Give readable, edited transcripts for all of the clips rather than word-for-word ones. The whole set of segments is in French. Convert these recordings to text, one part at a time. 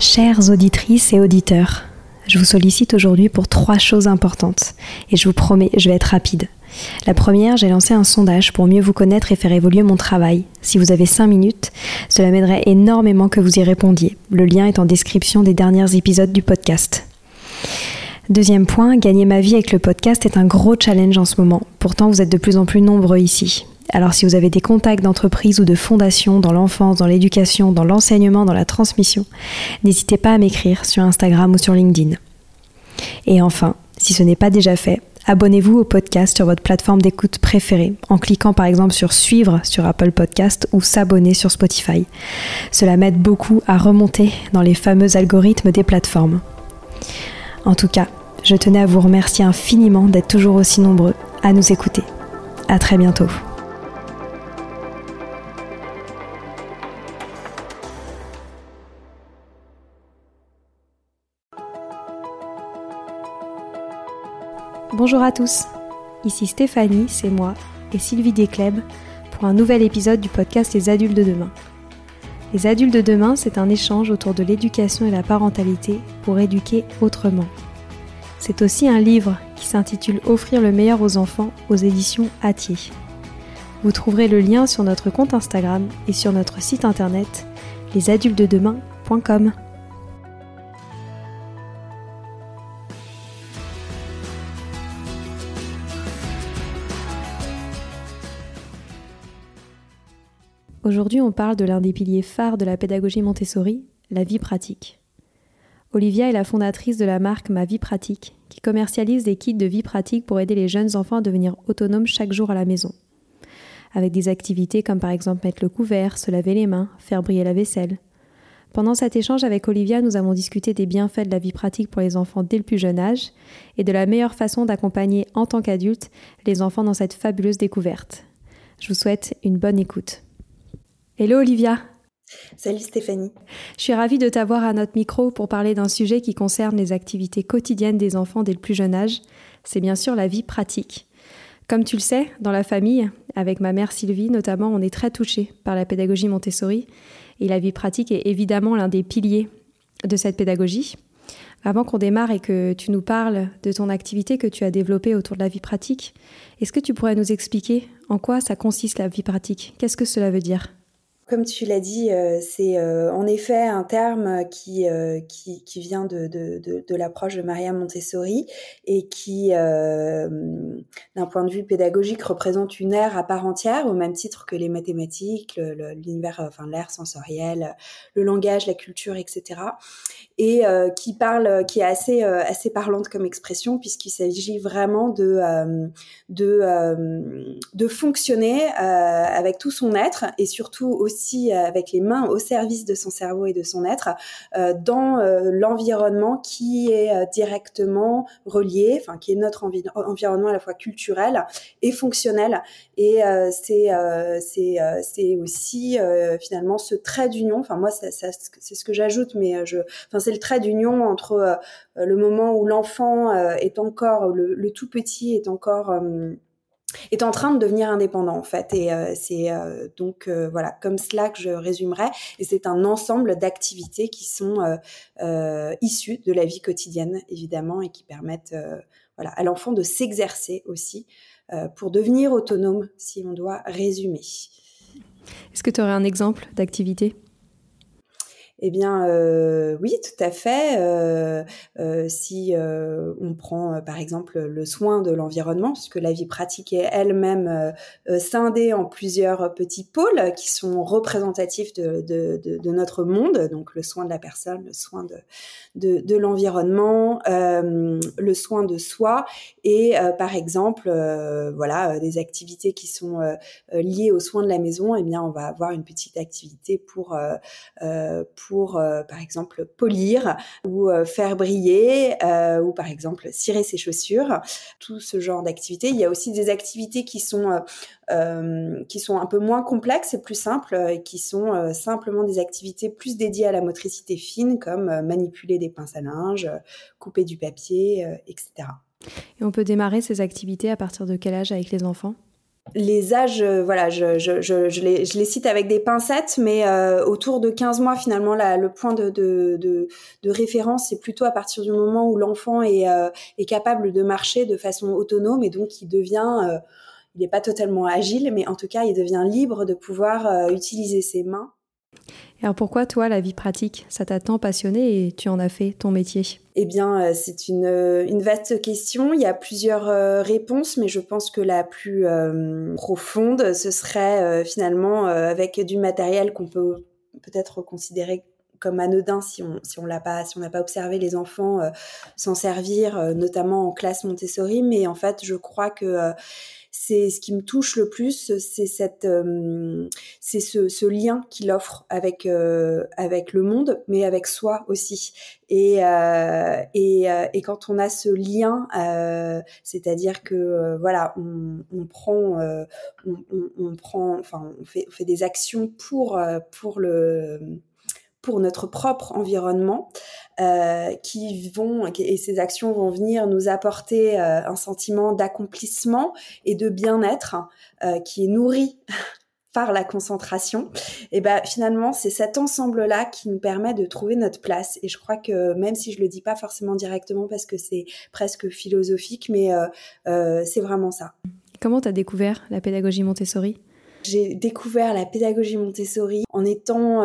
Chères auditrices et auditeurs, je vous sollicite aujourd'hui pour 3 choses importantes et je vous promets, je vais être rapide. La première, j'ai lancé un sondage pour mieux vous connaître et faire évoluer mon travail. Si vous avez 5 minutes, cela m'aiderait énormément que vous y répondiez. Le lien est en description des derniers épisodes du podcast. Deuxième point, gagner ma vie avec le podcast est un gros challenge en ce moment. Pourtant, vous êtes de plus en plus nombreux ici. Alors si vous avez des contacts d'entreprises ou de fondations dans l'enfance, dans l'éducation, dans l'enseignement, dans la transmission, n'hésitez pas à m'écrire sur Instagram ou sur LinkedIn. Et enfin, si ce n'est pas déjà fait, abonnez-vous au podcast sur votre plateforme d'écoute préférée en cliquant par exemple sur suivre sur Apple Podcast ou s'abonner sur Spotify. Cela m'aide beaucoup à remonter dans les fameux algorithmes des plateformes. En tout cas, je tenais à vous remercier infiniment d'être toujours aussi nombreux à nous écouter. À très bientôt. Bonjour à tous, ici Stéphanie, c'est moi, et Sylvie Descleb pour un nouvel épisode du podcast Les Adultes de demain. Les Adultes de demain, c'est un échange autour de l'éducation et la parentalité pour éduquer autrement. C'est aussi un livre qui s'intitule Offrir le meilleur aux enfants aux éditions Hatier. Vous trouverez le lien sur notre compte Instagram et sur notre site internet lesadultesdedemain.com. Aujourd'hui, on parle de l'un des piliers phares de la pédagogie Montessori, la vie pratique. Olivia est la fondatrice de la marque Ma Vie Pratique, qui commercialise des kits de vie pratique pour aider les jeunes enfants à devenir autonomes chaque jour à la maison. Avec des activités comme par exemple mettre le couvert, se laver les mains, faire briller la vaisselle. Pendant cet échange avec Olivia, nous avons discuté des bienfaits de la vie pratique pour les enfants dès le plus jeune âge et de la meilleure façon d'accompagner en tant qu'adulte les enfants dans cette fabuleuse découverte. Je vous souhaite une bonne écoute. Hello Olivia. Salut Stéphanie. Je suis ravie de t'avoir à notre micro pour parler d'un sujet qui concerne les activités quotidiennes des enfants dès le plus jeune âge. C'est bien sûr la vie pratique. Comme tu le sais, dans la famille, avec ma mère Sylvie notamment, on est très touchés par la pédagogie Montessori et la vie pratique est évidemment l'un des piliers de cette pédagogie. Avant qu'on démarre et que tu nous parles de ton activité que tu as développée autour de la vie pratique, est-ce que tu pourrais nous expliquer en quoi ça consiste la vie pratique ? Qu'est-ce que cela veut dire ? Comme tu l'as dit, c'est en effet un terme qui vient de l'approche de Maria Montessori et qui, d'un point de vue pédagogique, représente une ère à part entière, au même titre que les mathématiques, l'univers, l'ère sensorielle, le langage, la culture, etc. Et qui est assez parlante comme expression puisqu'il s'agit vraiment de fonctionner avec tout son être et surtout aussi avec les mains au service de son cerveau et de son être dans l'environnement qui est directement relié, enfin qui est notre environnement à la fois culturel et fonctionnel. Et c'est aussi finalement ce trait d'union. Enfin moi c'est ce que j'ajoute, mais c'est le trait d'union entre le moment où l'enfant est encore le tout petit est encore est en train de devenir indépendant en fait, et c'est donc voilà, comme cela que je résumerais, et c'est un ensemble d'activités qui sont issues de la vie quotidienne évidemment et qui permettent voilà, à l'enfant de s'exercer aussi pour devenir autonome, si on doit résumer. Est-ce que tu aurais un exemple d'activité ? Eh bien, oui, tout à fait. Si on prend par exemple le soin de l'environnement, puisque la vie pratique est elle-même scindée en plusieurs petits pôles qui sont représentatifs de notre monde, donc le soin de la personne, le soin de l'environnement, le soin de soi, et par exemple, des activités qui sont liées aux soins de la maison. Eh bien, on va avoir une petite activité pour par exemple polir ou faire briller ou par exemple cirer ses chaussures, tout ce genre d'activités. Il y a aussi des activités qui sont un peu moins complexes et plus simples et qui sont simplement des activités plus dédiées à la motricité fine, comme manipuler des pinces à linge, couper du papier, etc. Et on peut démarrer ces activités à partir de quel âge avec les enfants ? Les âges, voilà, je les cite avec des pincettes, mais autour de 15 mois, finalement, le point de référence, c'est plutôt à partir du moment où l'enfant est capable de marcher de façon autonome, et donc il n'est pas totalement agile, mais en tout cas, il devient libre de pouvoir utiliser ses mains. Alors pourquoi toi, la vie pratique, ça t'a tant passionné et tu en as fait ton métier ? Eh bien, c'est une vaste question. Il y a plusieurs réponses, mais je pense que la plus profonde, ce serait finalement avec du matériel qu'on peut peut-être considérer comme anodin si on n'a pas observé les enfants s'en servir, notamment en classe Montessori. Mais en fait, je crois que c'est ce qui me touche le plus, c'est ce lien qu'il offre avec le monde, mais avec soi aussi. Et quand on a ce lien, c'est-à-dire que voilà, on fait des actions pour notre propre environnement, et ces actions vont venir nous apporter un sentiment d'accomplissement et de bien-être qui est nourri par la concentration. Et ben finalement, c'est cet ensemble-là qui nous permet de trouver notre place. Et je crois que même si je le dis pas forcément directement parce que c'est presque philosophique, mais c'est vraiment ça. Comment t'as découvert la pédagogie Montessori ? J'ai découvert la pédagogie Montessori en étant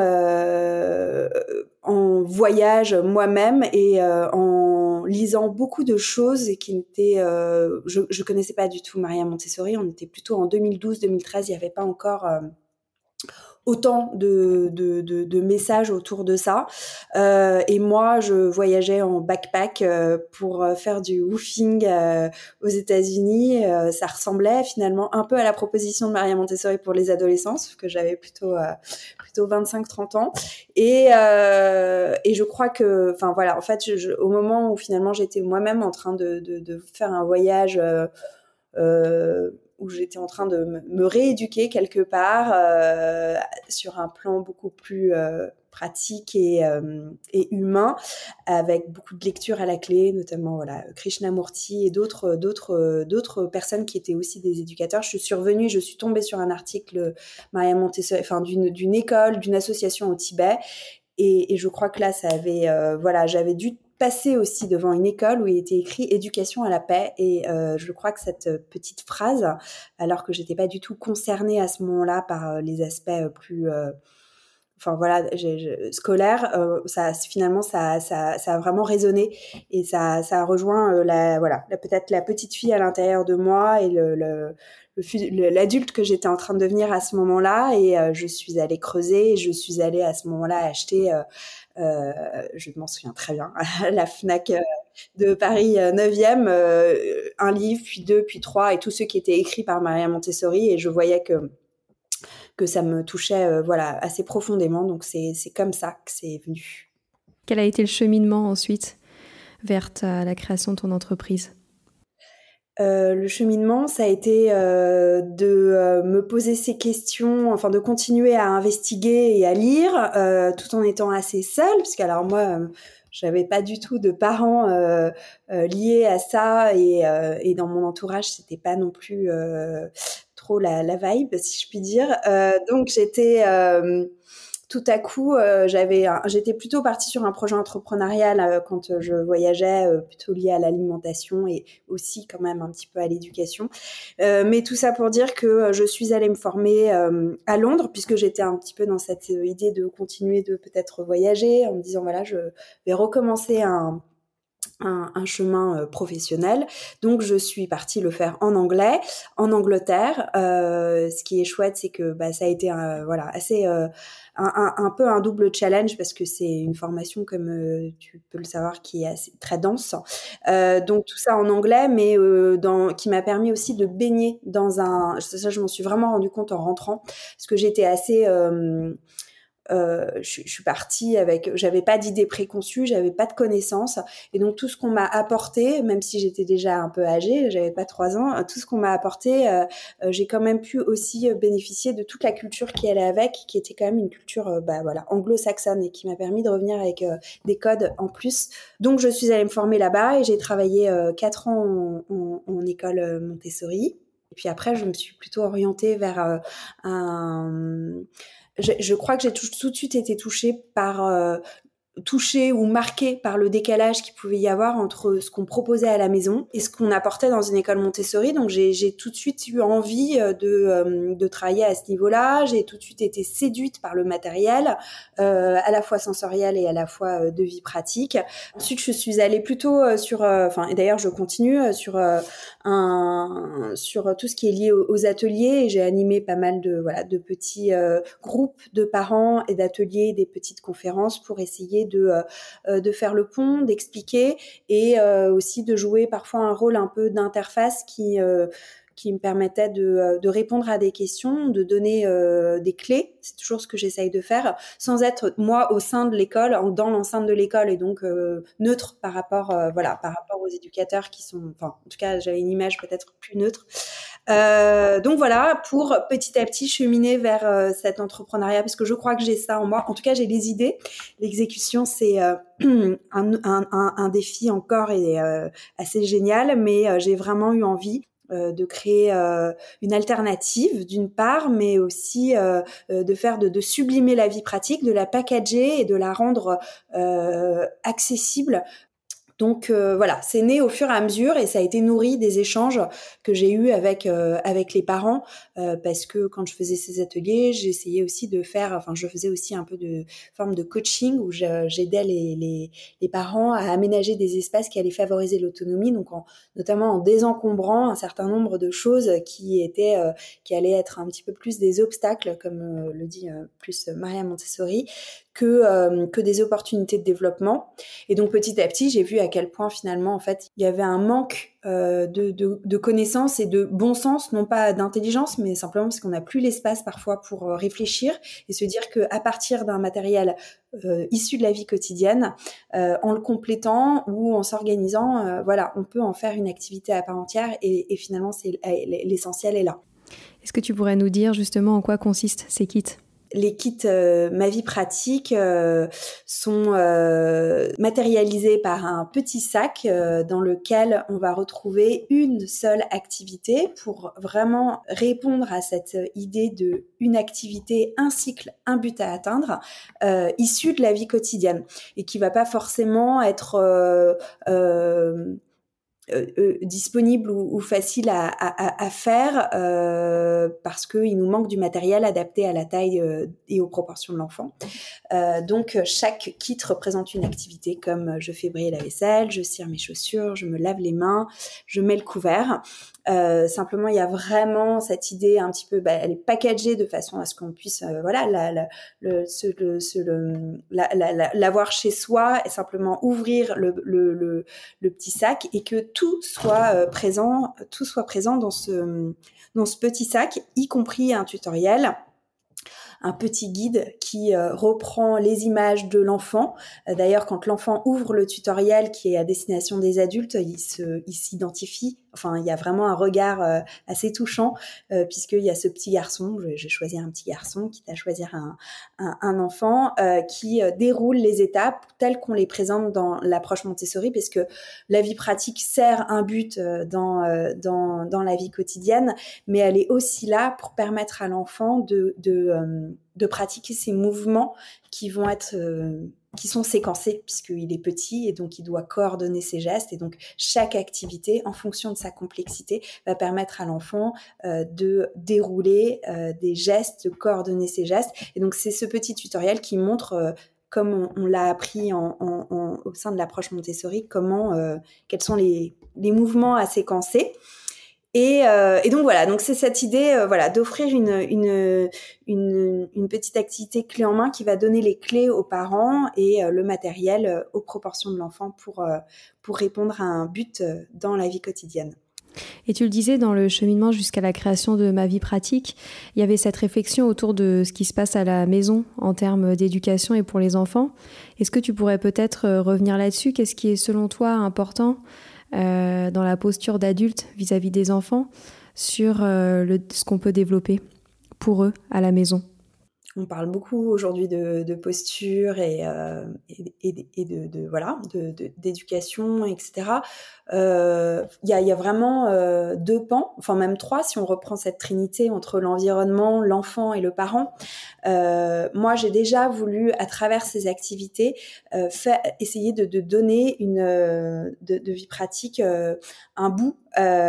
en voyage moi-même et en lisant beaucoup de choses qui n'étaient... je connaissais pas du tout Maria Montessori, on était plutôt en 2012-2013, il n'y avait pas encore... autant de messages autour de ça. Et moi, je voyageais en backpack pour faire du woofing aux États-Unis. Ça ressemblait finalement un peu à la proposition de Maria Montessori pour les adolescents, sauf que j'avais plutôt 25-30 ans. Et je crois que, enfin voilà, en fait, au moment où finalement j'étais moi-même en train de faire un voyage où j'étais en train de me rééduquer quelque part sur un plan beaucoup plus pratique et humain, avec beaucoup de lectures à la clé, notamment voilà, Krishnamurti et d'autres personnes qui étaient aussi des éducateurs. Je suis tombée sur un article Maria Montessori, enfin d'une école, d'une association au Tibet, et je crois que là, ça avait, j'avais dû passer aussi devant une école où il était écrit éducation à la paix, et je crois que cette petite phrase, alors que j'étais pas du tout concernée à ce moment-là par les aspects plus scolaires, ça finalement ça a vraiment résonné, et ça a rejoint peut-être la petite fille à l'intérieur de moi et l'adulte que j'étais en train de devenir à ce moment-là, et je suis allée creuser, et je suis allée à ce moment-là acheter je m'en souviens très bien, à la Fnac de Paris 9e, un livre, puis deux, puis trois, et tous ceux qui étaient écrits par Maria Montessori, et je voyais que ça me touchait assez profondément, donc c'est comme ça que c'est venu. Quel a été le cheminement ensuite vers la création de ton entreprise ? Le cheminement, ça a été de me poser ces questions, enfin de continuer à investiguer et à lire, tout en étant assez seule, parce que alors moi, j'avais pas du tout de parents liés à ça, et dans mon entourage, c'était pas non plus trop la vibe, si je puis dire. Donc j'étais tout à coup, j'étais plutôt partie sur un projet entrepreneurial quand je voyageais, plutôt lié à l'alimentation et aussi quand même un petit peu à l'éducation. Mais tout ça pour dire que je suis allée me former à Londres, puisque j'étais un petit peu dans cette idée de continuer de peut-être voyager, en me disant voilà, je vais recommencer un chemin professionnel. Donc je suis partie le faire en anglais, en Angleterre. Ce qui est chouette, c'est que ça a été assez un peu un double challenge, parce que c'est une formation, comme tu peux le savoir, qui est très dense. Donc tout ça en anglais, mais qui m'a permis aussi de baigner dans ça, je m'en suis vraiment rendu compte en rentrant, parce que j'étais assez je suis partie j'avais pas d'idées préconçues, j'avais pas de connaissances, et donc tout ce qu'on m'a apporté, même si j'étais déjà un peu âgée, j'avais pas 3 ans, tout ce qu'on m'a apporté, j'ai quand même pu aussi bénéficier de toute la culture qui allait avec, qui était quand même une culture anglo-saxonne, et qui m'a permis de revenir avec des codes en plus. Donc je suis allée me former là-bas, et j'ai travaillé 4 ans en école Montessori. Et puis après, je me suis plutôt orientée vers un... Je crois que j'ai tout de suite été touchée ou marquée par le décalage qu'il pouvait y avoir entre ce qu'on proposait à la maison et ce qu'on apportait dans une école Montessori. Donc j'ai tout de suite eu envie de travailler à ce niveau-là. J'ai tout de suite été séduite par le matériel, à la fois sensoriel et à la fois de vie pratique. Ensuite, je suis allée plutôt et d'ailleurs je continue sur tout ce qui est lié aux ateliers. Et j'ai animé pas mal de petits groupes de parents et d'ateliers, des petites conférences pour essayer de faire le pont, d'expliquer et aussi de jouer parfois un rôle un peu d'interface qui me permettait de répondre à des questions, de donner des clés. C'est toujours ce que j'essaye de faire, sans être moi au sein de l'école, dans l'enceinte de l'école et donc neutre par rapport aux éducateurs qui sont, enfin en tout cas j'avais une image peut-être plus neutre. Donc voilà, pour petit à petit cheminer vers cet entrepreneuriat, parce que je crois que j'ai ça en moi. En tout cas, j'ai les idées. L'exécution, c'est un défi encore et assez génial, mais j'ai vraiment eu envie de créer une alternative d'une part, mais aussi de sublimer la vie pratique, de la packager et de la rendre accessible. Donc voilà, c'est né au fur et à mesure et ça a été nourri des échanges que j'ai eus avec les parents parce que quand je faisais ces ateliers, j'essayais aussi je faisais aussi un peu de forme de coaching où j'aidais les parents à aménager des espaces qui allaient favoriser l'autonomie, donc notamment en désencombrant un certain nombre de choses qui allaient être un petit peu plus des obstacles, comme le dit plus Maria Montessori, que des opportunités de développement. Et donc petit à petit, j'ai vu à quel point finalement, en fait, il y avait un manque de connaissances et de bon sens, non pas d'intelligence, mais simplement parce qu'on n'a plus l'espace parfois pour réfléchir et se dire qu'à partir d'un matériel issu de la vie quotidienne, en le complétant ou en s'organisant, on peut en faire une activité à part entière et finalement, l'essentiel est là. Est-ce que tu pourrais nous dire justement en quoi consistent ces kits ? Les kits Ma vie pratique sont matérialisés par un petit sac dans lequel on va retrouver une seule activité pour vraiment répondre à cette idée de une activité, un cycle, un but à atteindre, issu de la vie quotidienne et qui va pas forcément être disponible ou facile à faire parce qu'il nous manque du matériel adapté à la taille et aux proportions de l'enfant. Donc chaque kit représente une activité comme je fais briller la vaisselle, je cire mes chaussures, je me lave les mains, je mets le couvert. Simplement, il y a vraiment cette idée un petit peu, elle est packagée de façon à ce qu'on puisse, l'avoir chez soi et simplement ouvrir le petit sac et que tout soit présent dans ce petit sac, y compris un tutoriel. Un petit guide qui reprend les images de l'enfant. D'ailleurs, quand l'enfant ouvre le tutoriel qui est à destination des adultes, il s'identifie. Enfin, il y a vraiment un regard assez touchant puisqu'il y a ce petit garçon. J'ai choisi un petit garçon, quitte à choisir un enfant qui déroule les étapes telles qu'on les présente dans l'approche Montessori, puisque la vie pratique sert un but dans la vie quotidienne, mais elle est aussi là pour permettre à l'enfant de pratiquer ces mouvements qui sont séquencés puisqu'il est petit et donc il doit coordonner ses gestes et donc chaque activité en fonction de sa complexité va permettre à l'enfant de dérouler des gestes, de coordonner ses gestes et donc c'est ce petit tutoriel qui montre comme on l'a appris au sein de l'approche Montessori, quels sont les mouvements à séquencer. Et donc voilà, donc c'est cette idée d'offrir une petite activité clé en main qui va donner les clés aux parents et le matériel aux proportions de l'enfant pour répondre à un but dans la vie quotidienne. Et tu le disais, dans le cheminement jusqu'à la création de Ma vie pratique, il y avait cette réflexion autour de ce qui se passe à la maison en termes d'éducation et pour les enfants. Est-ce que tu pourrais peut-être revenir là-dessus ? Qu'est-ce qui est selon toi important dans la posture d'adulte vis-à-vis des enfants sur ce qu'on peut développer pour eux à la maison ? On parle beaucoup aujourd'hui de posture et d'éducation, etc. Il y a vraiment deux pans, enfin même trois, si on reprend cette trinité entre l'environnement, l'enfant et le parent. Moi, j'ai déjà voulu, à travers ces activités, essayer de donner de vie pratique un bout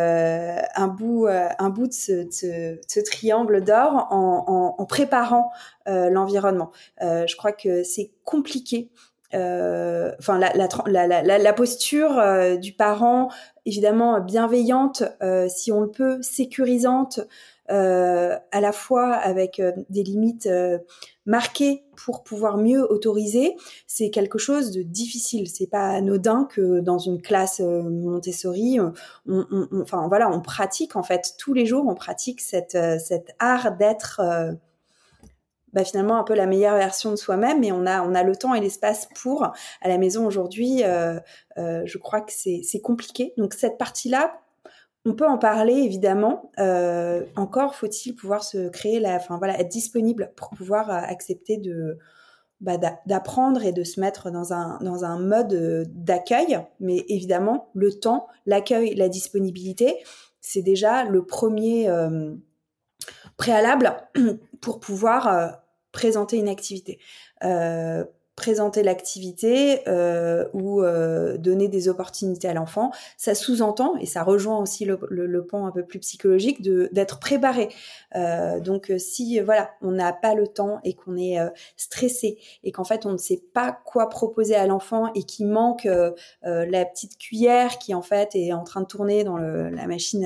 de ce triangle d'or en préparant l'environnement. Je crois que c'est compliqué. Enfin, la posture du parent, évidemment bienveillante, si on le peut, sécurisante, à la fois avec des limites marquées pour pouvoir mieux autoriser, c'est quelque chose de difficile. C'est pas anodin que dans une classe Montessori, enfin voilà, on pratique en fait tous les jours, on pratique cet art d'être finalement un peu la meilleure version de soi-même, et on a le temps et l'espace pour. À la maison aujourd'hui, je crois que c'est compliqué. Donc cette partie-là, on peut en parler évidemment. Encore faut-il pouvoir se créer être disponible pour pouvoir accepter d'apprendre et de se mettre dans un mode d'accueil. Mais évidemment, le temps, l'accueil, la disponibilité, c'est déjà le premier préalable pour pouvoir présenter une activité. Présenter l'activité ou donner des opportunités à l'enfant, ça sous-entend, et ça rejoint aussi le pan un peu plus psychologique, d'être préparé. Donc si on n'a pas le temps et qu'on est stressé et qu'en fait on ne sait pas quoi proposer à l'enfant et qu'il manque la petite cuillère qui en fait est en train de tourner dans la machine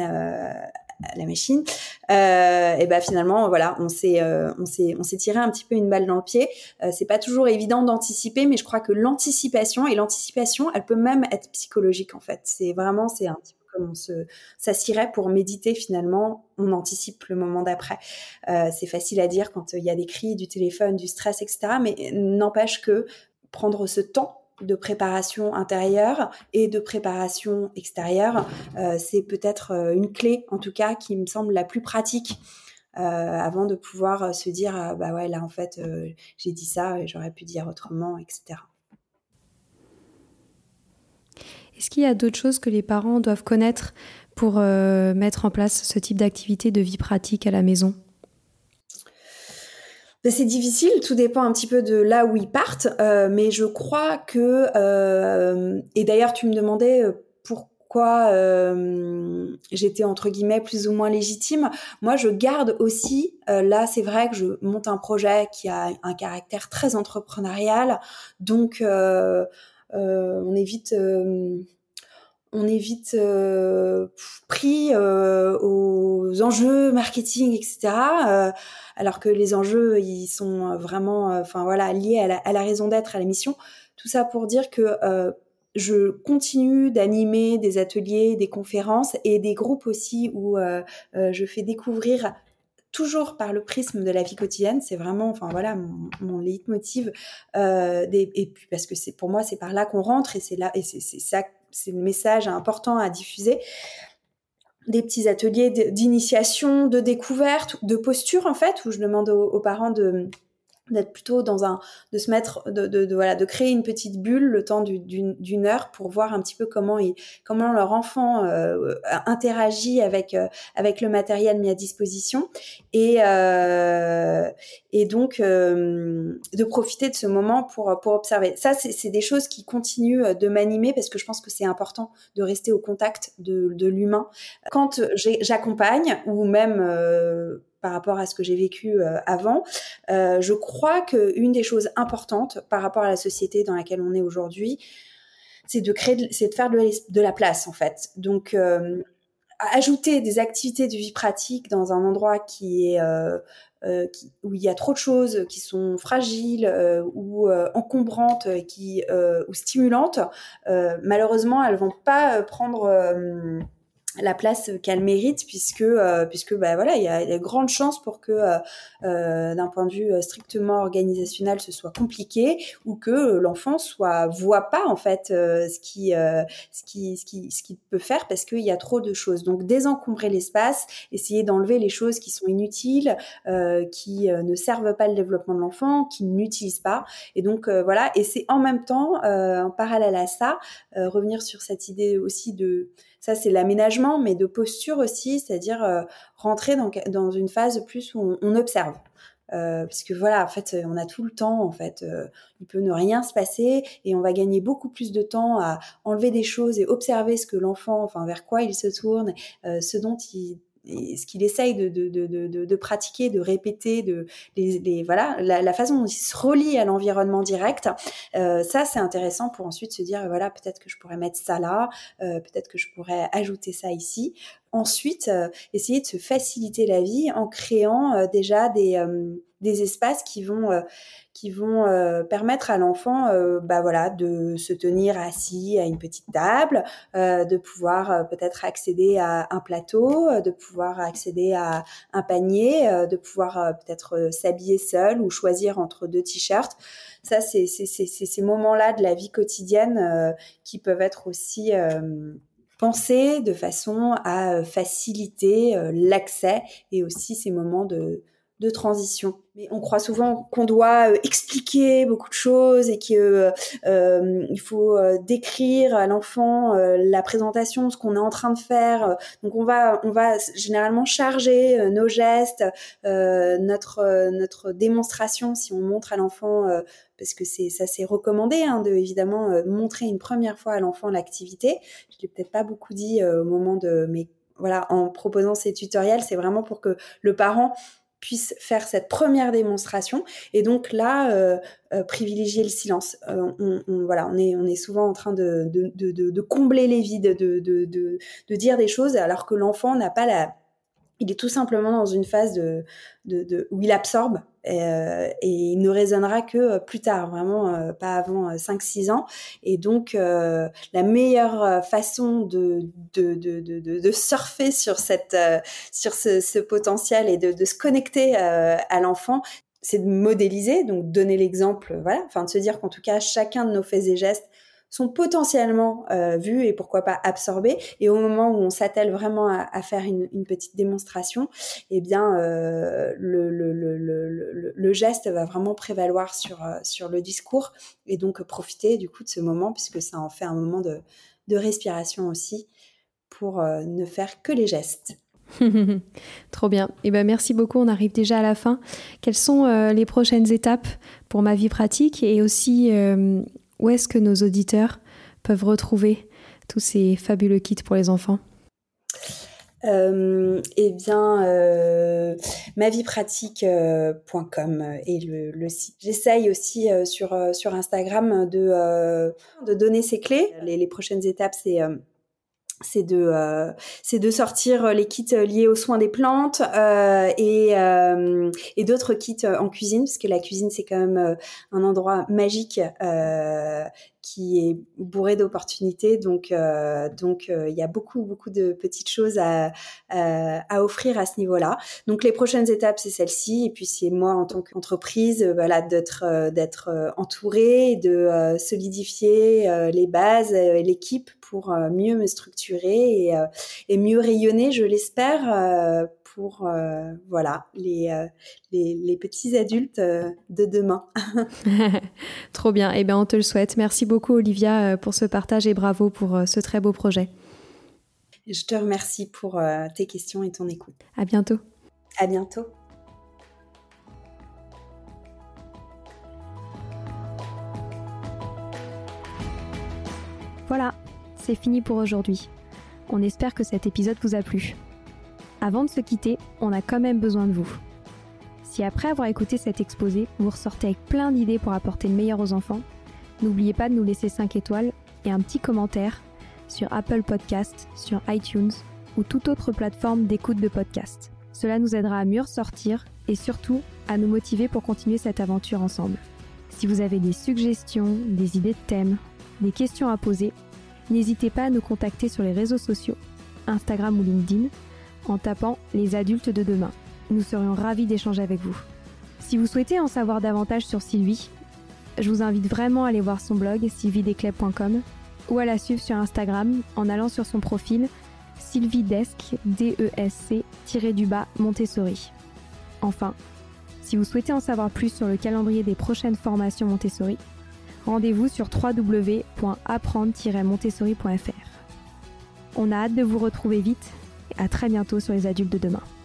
et finalement on s'est tiré un petit peu une balle dans le pied. C'est pas toujours évident d'anticiper, mais je crois que l'anticipation, elle peut même être psychologique en fait. C'est un petit peu comme on s'assirait pour méditer. Finalement, on anticipe le moment d'après. C'est facile à dire quand il y a des cris, du téléphone, du stress, etc. Mais n'empêche que prendre ce temps de préparation intérieure et de préparation extérieure, c'est peut-être une clé, en tout cas, qui me semble la plus pratique, avant de pouvoir se dire là en fait j'ai dit ça et j'aurais pu dire autrement, etc. Est-ce qu'il y a d'autres choses que les parents doivent connaître pour mettre en place ce type d'activité de vie pratique à la maison ? C'est difficile, tout dépend un petit peu de là où ils partent, mais je crois que, et d'ailleurs tu me demandais pourquoi j'étais entre guillemets plus ou moins légitime. Moi je garde aussi, là c'est vrai que je monte un projet qui a un caractère très entrepreneurial, donc on est vite pris aux enjeux marketing, etc. Alors que les enjeux, ils sont vraiment, liés à la raison d'être, à la mission. Tout ça pour dire que je continue d'animer des ateliers, des conférences et des groupes aussi où je fais découvrir, toujours par le prisme de la vie quotidienne. C'est vraiment, mon leitmotiv. Et puis parce que pour moi, c'est par là qu'on rentre, et c'est là, et c'est ça. C'est le message important à diffuser. Des petits ateliers d'initiation, de découverte, de posture en fait, où je demande aux parents d'être plutôt de se mettre, de créer une petite bulle le temps d'une heure pour voir un petit peu comment leur enfant interagit avec le matériel mis à disposition, et donc de profiter de ce moment pour observer. Ça, c'est des choses qui continuent de m'animer, parce que je pense que c'est important de rester au contact de l'humain. Quand j'accompagne, ou même par rapport à ce que j'ai vécu avant, je crois qu'une des choses importantes par rapport à la société dans laquelle on est aujourd'hui, c'est de faire de la place en fait. Donc ajouter des activités de vie pratique dans un endroit qui est où il y a trop de choses qui sont fragiles ou encombrantes, ou stimulantes, malheureusement elles vont pas prendre la place qu'elle mérite, puisque bah voilà, il y a de grandes chances pour que d'un point de vue strictement organisationnel ce soit compliqué, ou que l'enfant voit pas en fait ce qu'il peut faire, parce qu'il y a trop de choses. Donc désencombrer l'espace, essayer d'enlever les choses qui sont inutiles, qui ne servent pas le développement de l'enfant, qui n'utilisent pas. Et donc voilà, et c'est en même temps en parallèle à ça, revenir sur cette idée aussi ça c'est l'aménagement, mais de posture aussi, c'est-à-dire rentrer dans une phase plus où on observe. Parce que voilà, en fait, on a tout le temps, en fait, il peut ne rien se passer, et on va gagner beaucoup plus de temps à enlever des choses et observer ce que l'enfant, enfin vers quoi il se tourne, ce dont ce qu'il essaye de pratiquer, de répéter, voilà, la façon dont il se relie à l'environnement direct. Ça, c'est intéressant pour ensuite se dire, voilà, peut-être que je pourrais mettre ça là, peut-être que je pourrais ajouter ça ici. Ensuite, essayer de se faciliter la vie en créant déjà des espaces qui vont permettre à l'enfant bah voilà, de se tenir assis à une petite table, de pouvoir peut-être accéder à un plateau, de pouvoir accéder à un panier, de pouvoir peut-être s'habiller seul ou choisir entre 2 t-shirts. Ça, c'est ces moments-là de la vie quotidienne qui peuvent être aussi pensés de façon à faciliter l'accès, et aussi ces moments de transition. Mais on croit souvent qu'on doit expliquer beaucoup de choses, et que il faut décrire à l'enfant la présentation, ce qu'on est en train de faire. Donc on va généralement charger nos gestes, notre démonstration, si on montre à l'enfant, parce que c'est recommandé de évidemment montrer une première fois à l'enfant l'activité. Je l'ai peut-être pas beaucoup dit au moment mais voilà, en proposant ces tutoriels, c'est vraiment pour que le parent puisse faire cette première démonstration, et donc là privilégier le silence. On est souvent en train de combler les vides, de dire des choses, alors que l'enfant n'a pas il est tout simplement dans une phase où il absorbe, et il ne raisonnera que plus tard, vraiment pas avant 5-6 ans. Et donc la meilleure façon de surfer sur ce potentiel, et de se connecter à l'enfant, c'est de modéliser, donc donner l'exemple, voilà, enfin de se dire qu'en tout cas chacun de nos faits et gestes sont potentiellement vus, et pourquoi pas absorbés. Et au moment où on s'attelle vraiment à faire une petite démonstration, eh bien le geste va vraiment prévaloir sur le discours, et donc profiter du coup de ce moment, puisque ça en fait un moment de respiration aussi, pour ne faire que les gestes. Trop bien. Et ben merci beaucoup, on arrive déjà à la fin. Quelles sont les prochaines étapes pour Ma Vie Pratique, et aussi où est-ce que nos auditeurs peuvent retrouver tous ces fabuleux kits pour les enfants ? Maviepratique.com est le site. J'essaye aussi sur Instagram de donner ces clés. Les prochaines étapes, c'est de sortir les kits liés aux soins des plantes, et d'autres kits en cuisine, parce que la cuisine, c'est quand même un endroit magique qui est bourré d'opportunités. Donc il y a beaucoup de petites choses à offrir à ce niveau-là. Donc les prochaines étapes, c'est celle-ci, et puis c'est moi en tant qu'entreprise, voilà, d'être entourée, de solidifier les bases, l'équipe, pour mieux me structurer et mieux rayonner, je l'espère, pour voilà, les petits adultes de demain. Trop bien, et ben on te le souhaite. Merci beaucoup Olivia pour ce partage, et bravo pour ce très beau projet. Je te remercie pour tes questions et ton écoute. À bientôt. À bientôt. Voilà, c'est fini pour aujourd'hui. On espère que cet épisode vous a plu. Avant de se quitter, on a quand même besoin de vous. Si après avoir écouté cet exposé, vous ressortez avec plein d'idées pour apporter le meilleur aux enfants, n'oubliez pas de nous laisser 5 étoiles et un petit commentaire sur Apple Podcasts, sur iTunes ou toute autre plateforme d'écoute de podcast. Cela nous aidera à mieux ressortir et surtout à nous motiver pour continuer cette aventure ensemble. Si vous avez des suggestions, des idées de thèmes, des questions à poser, n'hésitez pas à nous contacter sur les réseaux sociaux Instagram ou LinkedIn en tapant « Les adultes de demain ». Nous serions ravis d'échanger avec vous. Si vous souhaitez en savoir davantage sur Sylvie, je vous invite vraiment à aller voir son blog sylviedesclèves.com ou à la suivre sur Instagram en allant sur son profil sylviedesc, Montessori. Enfin, si vous souhaitez en savoir plus sur le calendrier des prochaines formations Montessori, rendez-vous sur www.apprendre-montessori.fr. On a hâte de vous retrouver vite et à très bientôt sur les adultes de demain.